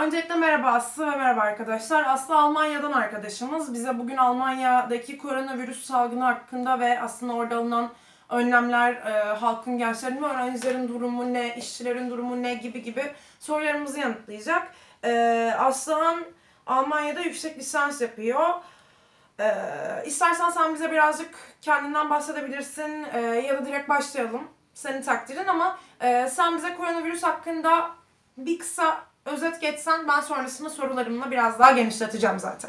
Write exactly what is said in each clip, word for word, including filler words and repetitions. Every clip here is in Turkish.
Öncelikle merhaba Aslı ve merhaba arkadaşlar. Aslı Almanya'dan arkadaşımız. Bize bugün Almanya'daki koronavirüs salgını hakkında ve aslında orada alınan önlemler, e, halkın, gençlerin ve öğrencilerin durumu ne, işçilerin durumu ne gibi gibi sorularımızı yanıtlayacak. E, Aslıhan Almanya'da yüksek lisans yapıyor. E, istersen sen bize birazcık kendinden bahsedebilirsin e, ya da direkt başlayalım. Senin takdirin ama e, sen bize koronavirüs hakkında bir kısa özet geçsen ben sonrasında sorularımla biraz daha genişleteceğim zaten.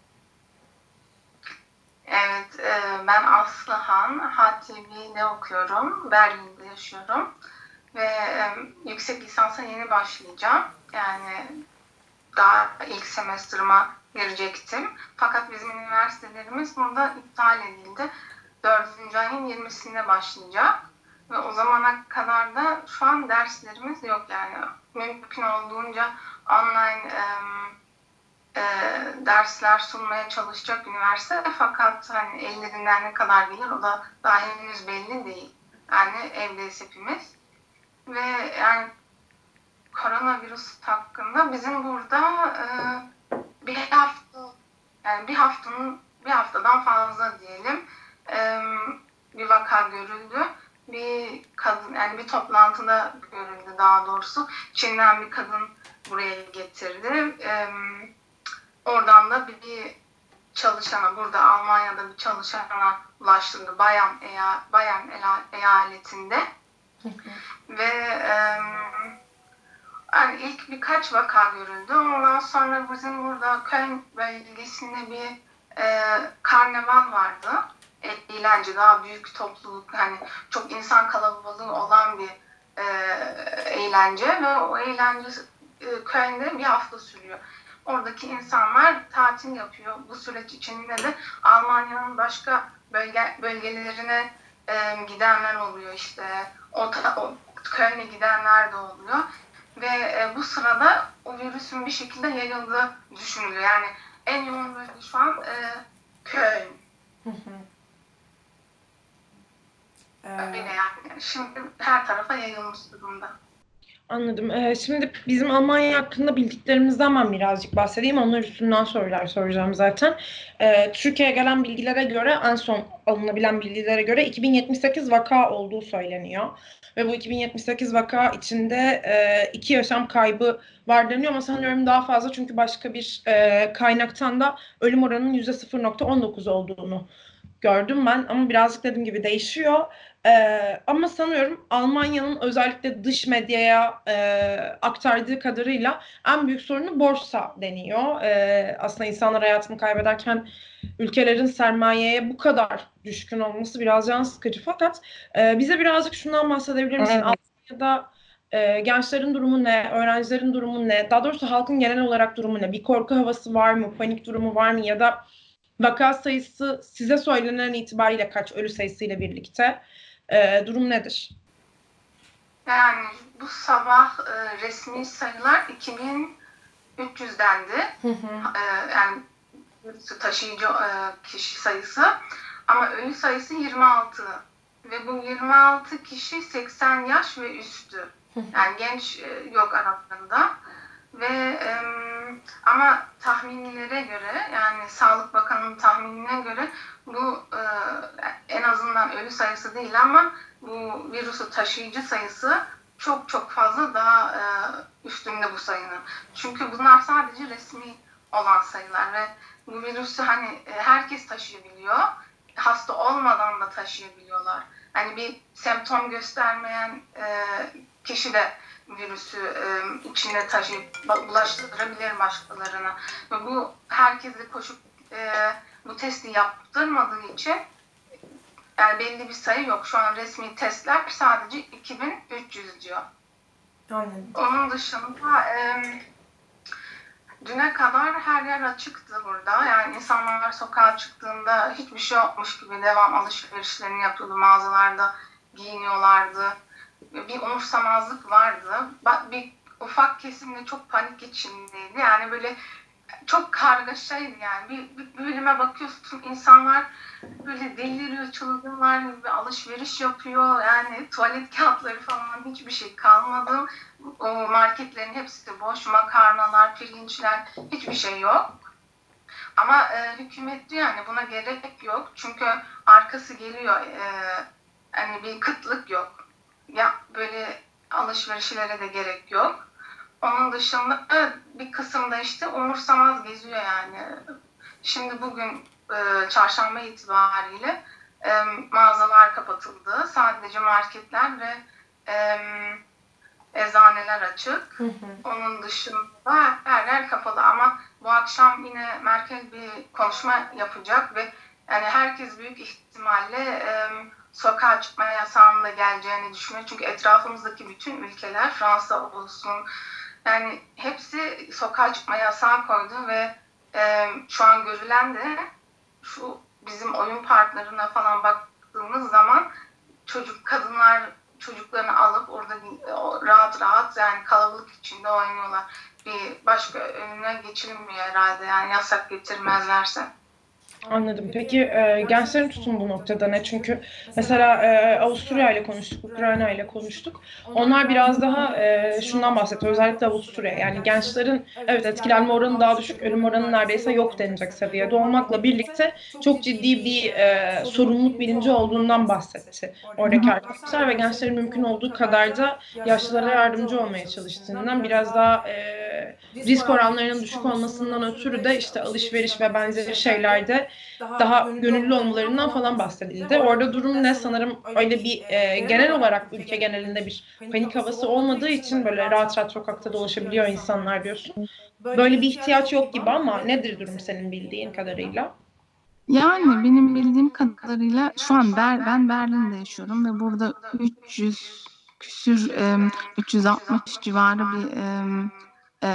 Evet, e, ben Aslıhan, H T V'de okuyorum, Berlin'de yaşıyorum ve e, yüksek lisansa yeni başlayacağım. Yani daha ilk semestrıma girecektim. Fakat bizim üniversitelerimiz burada iptal edildi. Dördüncü ayın yirmisinde başlayacak. Ve o zamana kadar da şu an derslerimiz yok yani. Mümkün olduğunca online e, e, dersler sunmaya çalışacak üniversite fakat hani ellerinden ne kadar gelir o da daha henüz belli değil. Yani evdeyiz hepimiz. Ve yani koronavirüs hakkında bizim burada e, bir hafta yani bir haftanın bir haftadan fazla diyelim e, bir vaka görüldü. Bir kadın yani bir toplantıda görüldü daha doğrusu. Çin'den bir kadın buraya getirdi. E, Oradan da bir, bir çalışana, burada Almanya'da bir çalışana ulaştırdı Bayern, eya, Bayern eyaletinde. Ve e, yani ilk birkaç vaka görüldü. Ondan sonra bizim burada Köln bölgesinde bir e, karnaval vardı. Eğlence, daha büyük topluluk, hani çok insan kalabalığı olan bir e, eğlence ve o eğlence e, Köln'de bir hafta sürüyor. Oradaki insanlar tatil yapıyor. Bu süreç içinde de Almanya'nın başka bölge, bölgelerine e, gidenler oluyor işte. O, o Köln'e gidenler de oluyor. Ve e, bu sırada o virüsün bir şekilde yayıldığı düşünülüyor. Yani en yoğun bölge şu an e, Köln. Öyle Ee, yani. Şimdi her tarafa yayılmış durumda. Anladım. Ee, şimdi bizim Almanya hakkında bildiklerimizden ben birazcık bahsedeyim. Onlar üstünden sorular soracağım zaten. Ee, Türkiye'ye gelen bilgilere göre, en son alınabilen bilgilere göre iki bin yetmiş sekiz vaka olduğu söyleniyor. Ve bu iki bin yetmiş sekiz vaka içinde e, iki yaşam kaybı var deniyor ama sanıyorum daha fazla çünkü başka bir e, kaynaktan da ölüm oranının yüzde sıfır nokta on dokuz olduğunu gördüm ben ama birazcık dediğim gibi değişiyor. Ee, ama sanıyorum Almanya'nın özellikle dış medyaya e, aktardığı kadarıyla en büyük sorunu borsa deniyor. Ee, aslında insanlar hayatını kaybederken ülkelerin sermayeye bu kadar düşkün olması biraz can sıkıcı. Fakat e, bize birazcık şundan bahsedebilir misin? Evet. Almanya'da e, gençlerin durumu ne? Öğrencilerin durumu ne? Daha doğrusu halkın genel olarak durumu ne? Bir korku havası var mı? Panik durumu var mı? Ya da vaka sayısı size söylenen itibariyle kaç, ölü sayısıyla birlikte e, durum nedir? Yani bu sabah e, resmi sayılar iki bin üç yüzdendi. Hı hı. E, yani taşıyıcı e, kişi sayısı. Ama ölü sayısı yirmi altı. Ve bu yirmi altı kişi seksen yaş ve üstü. Yani genç e, yok aralarında. Ve e, ama tahminlere göre, yani Sağlık Bakanı'nın tahminine göre bu e, en azından ölü sayısı değil ama bu virüsü taşıyıcı sayısı çok çok fazla daha e, üstünde bu sayının. Çünkü bunlar sadece resmi olan sayılar ve bu virüsü hani herkes taşıyabiliyor. Hasta olmadan da taşıyabiliyorlar. Hani bir semptom göstermeyen e, kişi de virüsü e, içinde taşıyıp bulaştırabilir başkalarına. Ve bu herkese koşup e, bu testi yaptırmadığı için yani belli bir sayı yok. Şu an resmi testler sadece iki bin üç yüz diyor. Anladım. Onun dışında e, düne kadar her yer açıktı burada. Yani insanlar sokağa çıktığında hiçbir şey yokmuş gibi devam alışverişlerini yapıyordu. Mağazalarda giyiniyorlardı. Bir umursamazlık vardı. Bir ufak kesimde çok panik içindeydi. Yani böyle çok kargaşaydı yani. Bir, bir bölüme bakıyorsun, insanlar böyle deliriyor, çılgınlar gibi alışveriş yapıyor. Yani tuvalet kağıtları falan, hiçbir şey kalmadı. O marketlerin hepsi de boş. Makarnalar, pirinçler, hiçbir şey yok. Ama e, hükümet diyor yani buna gerek yok. Çünkü arkası geliyor. E, hani bir kıtlık yok. Ya böyle alışverişlere de gerek yok. Onun dışında bir kısımda işte umursamaz geziyor yani. Şimdi bugün e, çarşamba itibariyle e, mağazalar kapatıldı. Sadece marketler ve e, eczaneler açık. Hı hı. Onun dışında her yer kapalı ama bu akşam yine Merkel bir konuşma yapacak ve yani herkes büyük ihtimalle e, sokağa çıkma yasağının da geleceğini düşünüyor. Çünkü etrafımızdaki bütün ülkeler, Fransa olsun, yani hepsi sokağa çıkma yasağı koydu ve e, şu an görülen de şu bizim oyun parklarına falan baktığımız zaman çocuk kadınlar çocuklarını alıp orada rahat rahat yani kalabalık içinde oynuyorlar. Bir başka önüne geçilmiyor herhalde yani yasak getirmezlerse. Anladım. Peki e, gençlerin tutumu bu noktada ne? Çünkü mesela e, Avusturya ile konuştuk, Ukrayna ile konuştuk. Onlar biraz daha e, şundan bahsediyor. Özellikle Avusturya. Yani gençlerin evet etkilenme oranı daha düşük, ölüm oranı neredeyse yok denecek seviyede olmakla birlikte çok ciddi bir e, sorumluluk bilinci olduğundan bahsetti oradaki arkadaşlar ve gençlerin mümkün olduğu kadar da yaşlılara yardımcı olmaya çalıştığından biraz daha e, risk oranlarının düşük olmasından ötürü de işte alışveriş ve benzeri şeylerde daha gönüllü olmalarından falan bahsedildi. Orada durum ne? Sanırım öyle bir e, genel olarak ülke genelinde bir panik havası olmadığı için böyle rahat rahat sokakta dolaşabiliyor insanlar diyorsun. Böyle bir ihtiyaç yok gibi ama nedir durum senin bildiğin kadarıyla? Yani benim bildiğim kadarıyla şu an Ber ben Berlin'de yaşıyorum ve burada üç yüz küsür em, üç yüz altmış civarı bir em, e,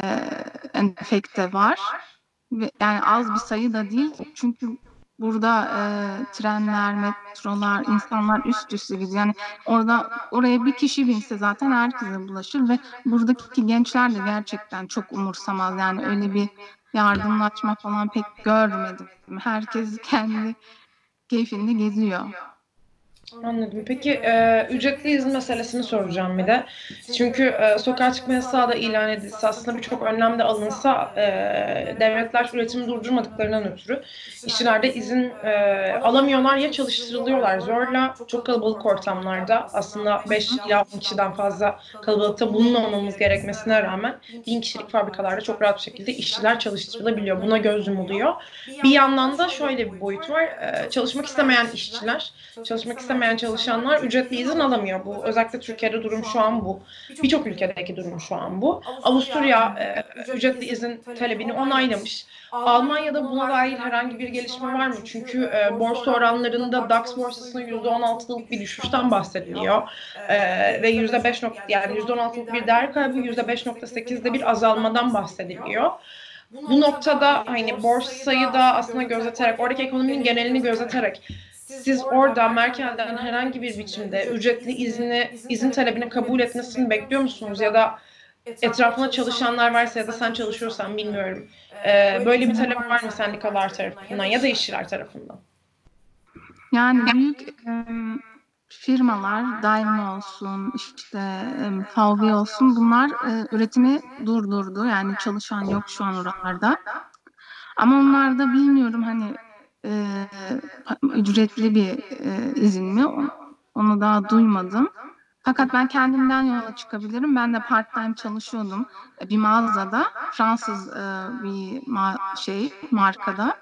enfekte var. Ve yani az bir sayı da değil. Çünkü burada e, trenler, metrolar, insanlar üst üste gidiyor. Yani orada oraya bir kişi binse zaten herkese bulaşır ve buradaki gençler de gerçekten çok umursamaz. Yani öyle bir yardımlaşma falan pek görmedim. Herkes kendi keyfinde geziyor. Anladım. Peki e, ücretli izin meselesini soracağım bir de. Çünkü e, sokağa çıkma yasağı da ilan edilse aslında birçok önlem de alınsa e, devletler üretimi durdurmadıklarından ötürü işçilerde izin e, alamıyorlar ya çalıştırılıyorlar zorla çok kalabalık ortamlarda aslında beş ila on kişiden fazla kalabalıkta bulunmamamız gerekmesine rağmen bin kişilik fabrikalarda çok rahat bir şekilde işçiler çalıştırılabiliyor. Buna göz yumuluyor. Bir yandan da şöyle bir boyut var. E, çalışmak istemeyen işçiler, çalışmak istemeyen çalışanlar ücretli izin alamıyor. Bu özellikle Türkiye'de durum şu an bu. Birçok ülkedeki durum şu an bu. Avusturya e, ücretli izin talebini onaylamış. Almanya'da buna dair herhangi bir gelişme var mı? Çünkü e, borsa oranlarında DAX borsasında yüzde on altılık bir düşüşten bahsediliyor. E, ve yüzde beş nokta yani yüzde on altılık bir değer kaybı, yüzde beş nokta sekizde bir azalmadan bahsediliyor. Bu noktada hani borsayı da aslında gözeterek, oradaki ekonominin genelini gözeterek siz orada Merkel'den herhangi bir biçimde ücretli izni, izin talebini kabul etmesini bekliyor musunuz? Ya da etrafında çalışanlar varsa ya da sen çalışıyorsan bilmiyorum. Ee, böyle bir talep var mı sendikalar tarafından ya da işçiler tarafından? Yani büyük em, firmalar, Daimler olsun, işte em, V W olsun bunlar e, üretimi durdurdu. Yani çalışan yok şu an oralarda. Ama onlar da bilmiyorum hani e, ücretli bir e, izin mi? Onu daha duymadım. Fakat ben kendimden yola çıkabilirim. Ben de part-time çalışıyordum bir mağazada, Fransız e, bir ma- şey markada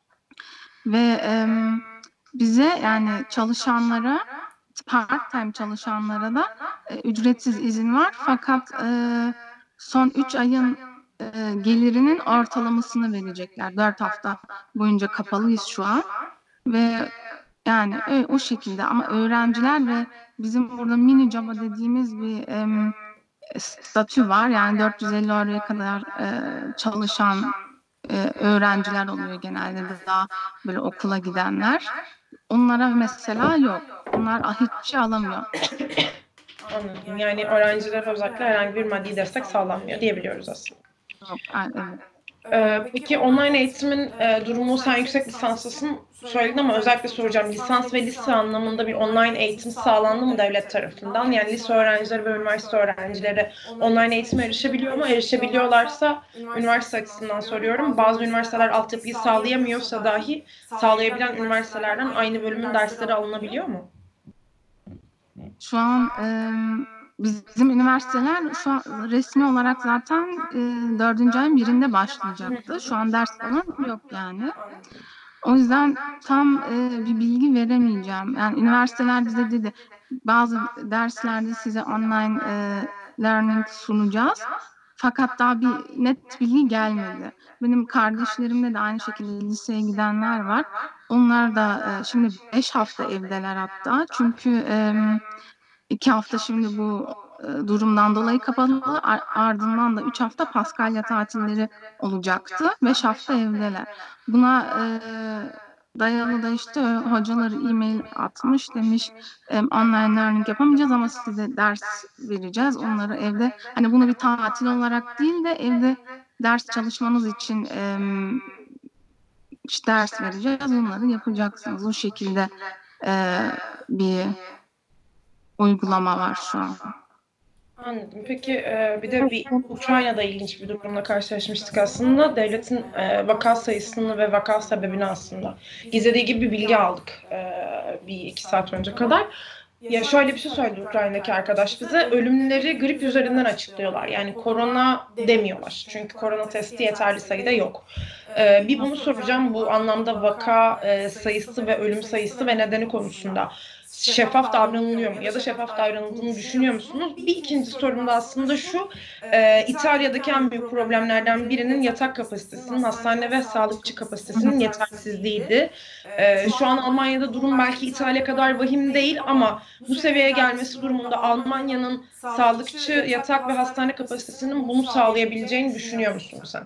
ve e, bize yani çalışanlara part-time çalışanlara da e, ücretsiz izin var. Fakat e, son üç ayın e, gelirinin ortalamasını verecekler. Dört hafta boyunca kapalıyız şu an ve yani ö- o şekilde ama öğrenciler ve bizim burada mini job dediğimiz bir em, statü var. Yani dört yüz elli euroya kadar e, çalışan e, öğrenciler oluyor genelde de daha böyle okula gidenler. Onlara mesela yok. Onlar hiçbir şey alamıyor. Anladım. Yani öğrencilere özellikle herhangi bir maddi destek sağlanmıyor diyebiliyoruz aslında. Yok, evet. Ee, peki online eğitimin e, durumu, sen yüksek lisanslısın söyledin ama özellikle soracağım. Lisans ve lise anlamında bir online eğitim sağlandı mı devlet tarafından? Yani lise öğrencileri ve üniversite öğrencileri online eğitime erişebiliyor mu? Erişebiliyorlarsa üniversite açısından soruyorum. Bazı üniversiteler altyapıyı sağlayamıyorsa dahi sağlayabilen üniversitelerden aynı bölümün dersleri alınabiliyor mu? Şu an em, bizim üniversiteler şu an resmi olarak zaten e, dördüncü ayın birinde başlayacaktı. Şu an ders falan yok yani. O yüzden tam e, bir bilgi veremeyeceğim. Yani üniversiteler bize dedi bazı derslerde size online e, learning sunacağız. Fakat daha bir net bilgi gelmedi. Benim kardeşlerimde de aynı şekilde liseye gidenler var. Onlar da e, şimdi beş hafta evdeler hatta. Çünkü e, iki hafta şimdi bu e, durumdan dolayı kapalı. Ar- ardından da üç hafta Paskalya tatilleri olacaktı. Beş hafta evdeler. Buna e, dayalı da işte hocaları e-mail atmış, demiş e, online learning yapamayacağız ama size ders vereceğiz. Onları evde, hani bunu bir tatil olarak değil de evde ders çalışmanız için e, işte ders vereceğiz. Onları yapacaksınız. O şekilde e, bir uygulama var şu an. Anladım. Peki e, bir de bir Ukrayna'da ilginç bir durumla karşılaşmıştık aslında. Devletin e, vaka sayısını ve vaka sebebini aslında gizlediği gibi bir bilgi aldık e, bir iki saat önce kadar. Ya şöyle bir şey söyledi Ukrayna'daki arkadaş bize. Ölümleri grip üzerinden açıklıyorlar. Yani korona demiyorlar. Çünkü korona testi yeterli sayıda yok. E, bir bunu soracağım bu anlamda vaka e, sayısı ve ölüm sayısı ve nedeni konusunda şeffaf davranılıyor mu? Ya da şeffaf davranıldığını düşünüyor musunuz? Bir ikinci sorum da aslında şu. E, İtalya'daki en büyük problemlerden birinin yatak kapasitesinin, hastane ve sağlıkçı kapasitesinin yetersizliğiydi. E, şu an Almanya'da durum belki İtalya kadar vahim değil ama bu seviyeye gelmesi durumunda Almanya'nın sağlıkçı, yatak ve hastane kapasitesinin bunu sağlayabileceğini düşünüyor musun sen?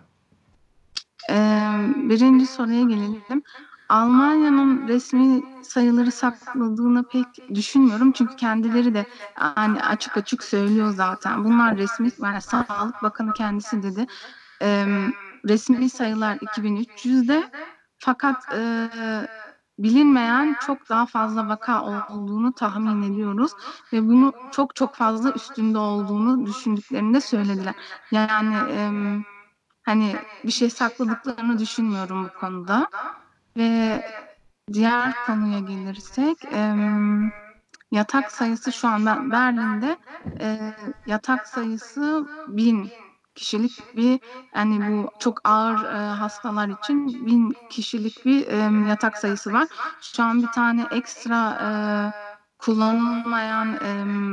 Ee, birinci soruya gelelim. Almanya'nın resmi sayıları sakladığını pek düşünmüyorum. Çünkü kendileri de yani açık açık söylüyor zaten. Bunlar resmi, yani Sağlık Bakanı kendisi dedi. Ee, resmi sayılar iki bin üç yüzde fakat e, bilinmeyen çok daha fazla vaka olduğunu tahmin ediyoruz ve bunu çok çok fazla üstünde olduğunu düşündüklerini de söylediler. Yani e, hani bir şey sakladıklarını düşünmüyorum bu konuda. Ve diğer konuya gelirsek, em, yatak sayısı şu an ben Berlin'de e, yatak sayısı bin kişilik bir, yani bu çok ağır e, hastalar için bin kişilik bir e, yatak sayısı var. Şu an bir tane ekstra e, kullanılmayan e,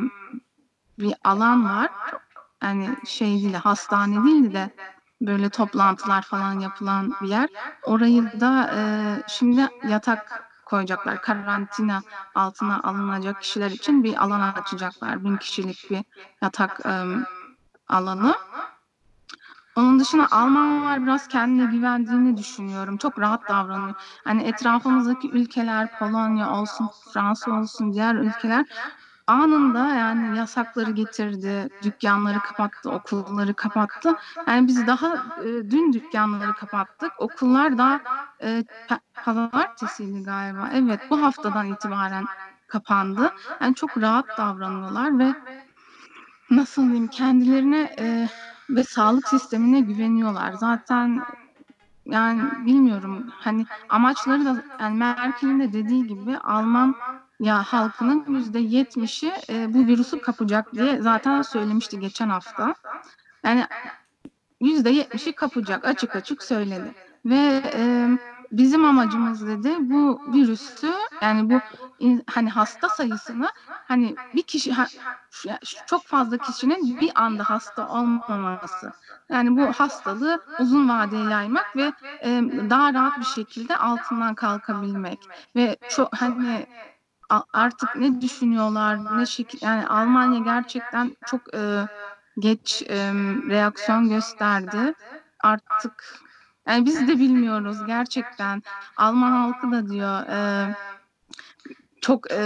bir alan var. Yani şey değil, hastane değildi de böyle toplantılar falan yapılan bir yer. Orayı da e, şimdi yatak koyacaklar. Karantina altına alınacak kişiler için bir alan açacaklar. Bin kişilik bir yatak e, alanı. Onun dışında Almanlar biraz kendine güvendiğini düşünüyorum. Çok rahat davranıyor. Hani etrafımızdaki ülkeler, Polonya olsun, Fransa olsun, diğer ülkeler anında yani yasakları getirdi, dükkanları kapattı, okulları kapattı. Yani biz daha e, dün dükkanları kapattık. Okullar daha e, pazartesiydi galiba. Evet, bu haftadan itibaren kapandı. Yani çok rahat davranıyorlar ve nasıl diyeyim, kendilerine e, ve sağlık sistemine güveniyorlar. Zaten yani bilmiyorum, hani amaçları da, yani Merkel'in de dediği gibi Alman ya halkının yüzde yetmişi e, bu virüsü kapacak diye zaten söylemişti geçen hafta. Yani yüzde yetmişi kapacak, açık açık söyledi. Ve e, bizim amacımız dedi bu virüsü, yani bu in, hani hasta sayısını, hani bir kişi ha, çok fazla kişinin bir anda hasta olmaması. Yani bu hastalığı uzun vadeye yaymak ve e, daha rahat bir şekilde altından kalkabilmek. Ve çok hani artık ne düşünüyorlar, ne şekil, yani Almanya gerçekten çok e, geç e, reaksiyon gösterdi. Artık yani biz de bilmiyoruz gerçekten. Alman halkı da diyor e, çok e,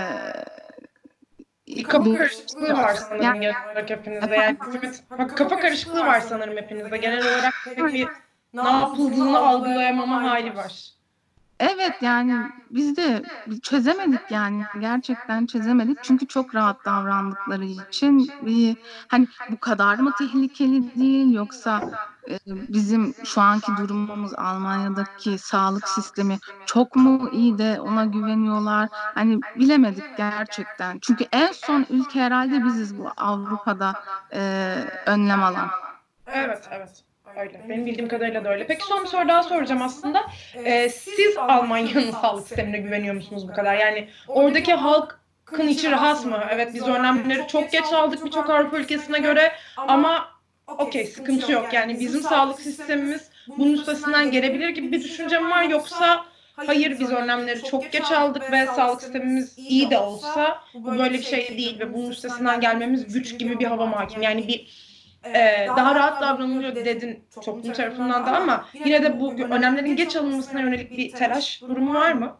Bir kafa bu karışıklığı var sanırım yani, genel olarak hepinizde. Yani hükümet, kafa karışıklığı var sanırım hepinizde. Genel olarak pek bir ne yapıldığını algılayamama hali var. Evet, yani biz de çözemedik, yani gerçekten çözemedik çünkü çok rahat davrandıkları için bir hani bu kadar mı tehlikeli değil, yoksa e, bizim şu anki durumumuz, Almanya'daki sağlık sistemi çok mu iyi de ona güveniyorlar, hani bilemedik gerçekten çünkü en son ülke herhalde biziz bu Avrupa'da e, önlem alan. Evet, evet. Öyle. Benim bildiğim kadarıyla da öyle. Peki son bir soru daha soracağım aslında. Ee, siz Almanya'nın sağlık sistemine güveniyor musunuz bu kadar? Yani oradaki halkın içi rahat mı? Evet, biz önlemleri çok geç aldık birçok Avrupa ülkesine göre ama okey, sıkıntı yok. Yani bizim sağlık sistemimiz bunun üstesinden gelebilir gibi bir düşüncem var. Yoksa hayır, biz önlemleri çok geç aldık ve sağlık sistemimiz iyi de olsa bu böyle bir şey değil ve bunun üstesinden gelmemiz güç gibi bir hava hakim. Yani bir Ee, daha rahat davranılıyor dedin toplum tarafından da ama yine de bu önlemlerin geç alınmasına yönelik bir telaş durumu var mı?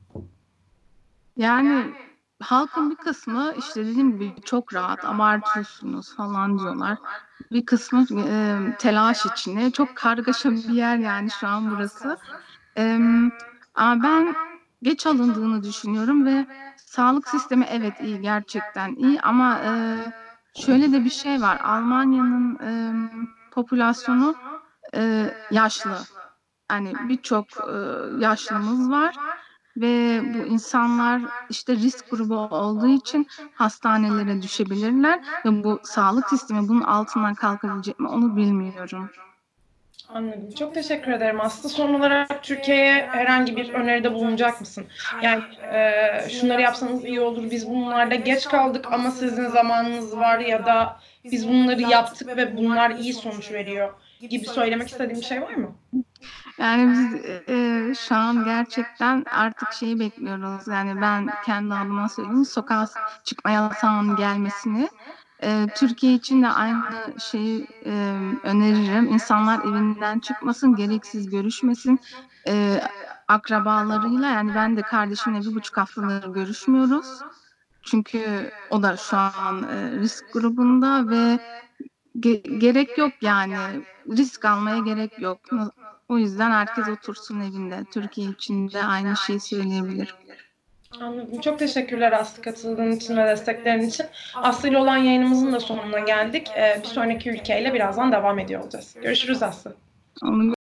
Yani halkın bir kısmı işte dediğim gibi çok rahat, abartıyorsunuz falan diyorlar. Bir kısmı e, telaş içinde. Çok kargaşa bir yer yani şu an burası. E, Ama ben geç alındığını düşünüyorum ve sağlık sistemi evet iyi, gerçekten iyi ama e, şöyle de bir şey var. Almanya'nın e, popülasyonu e, yaşlı. Hani birçok e, yaşlımız var. Ve bu insanlar işte risk grubu olduğu için hastanelere düşebilirler ve bu sağlık sistemi bunun altından kalkabilecek mi onu bilmiyorum. Anladım. Çok teşekkür ederim. Aslı son olarak Türkiye'ye herhangi bir öneride bulunacak mısın? Yani e, şunları yapsanız iyi olur, biz bunlarda geç kaldık ama sizin zamanınız var ya da biz bunları yaptık ve bunlar iyi sonuç veriyor gibi söylemek istediğim bir şey var mı? Yani biz e, şu an gerçekten artık şeyi bekliyoruz. Yani ben kendi adıma söyleyeyim, sokağa çıkma yasağının gelmesini. E, Türkiye için de aynı şeyi e, öneririm. İnsanlar evinden çıkmasın, gereksiz görüşmesin. E, Akrabalarıyla, yani ben de kardeşimle bir buçuk haftadır görüşmüyoruz. Çünkü o da şu an e, risk grubunda ve ge- gerek yok yani. Risk almaya gerek yok. O yüzden herkes otursun evinde. Türkiye için de aynı şeyi söyleyebilirim. Anladım. Çok teşekkürler Aslı, katıldığın için ve desteklerin için. Aslı ile olan yayınımızın da sonuna geldik. Ee, bir sonraki ülkeyle birazdan devam ediyor olacağız. Görüşürüz Aslı. Onu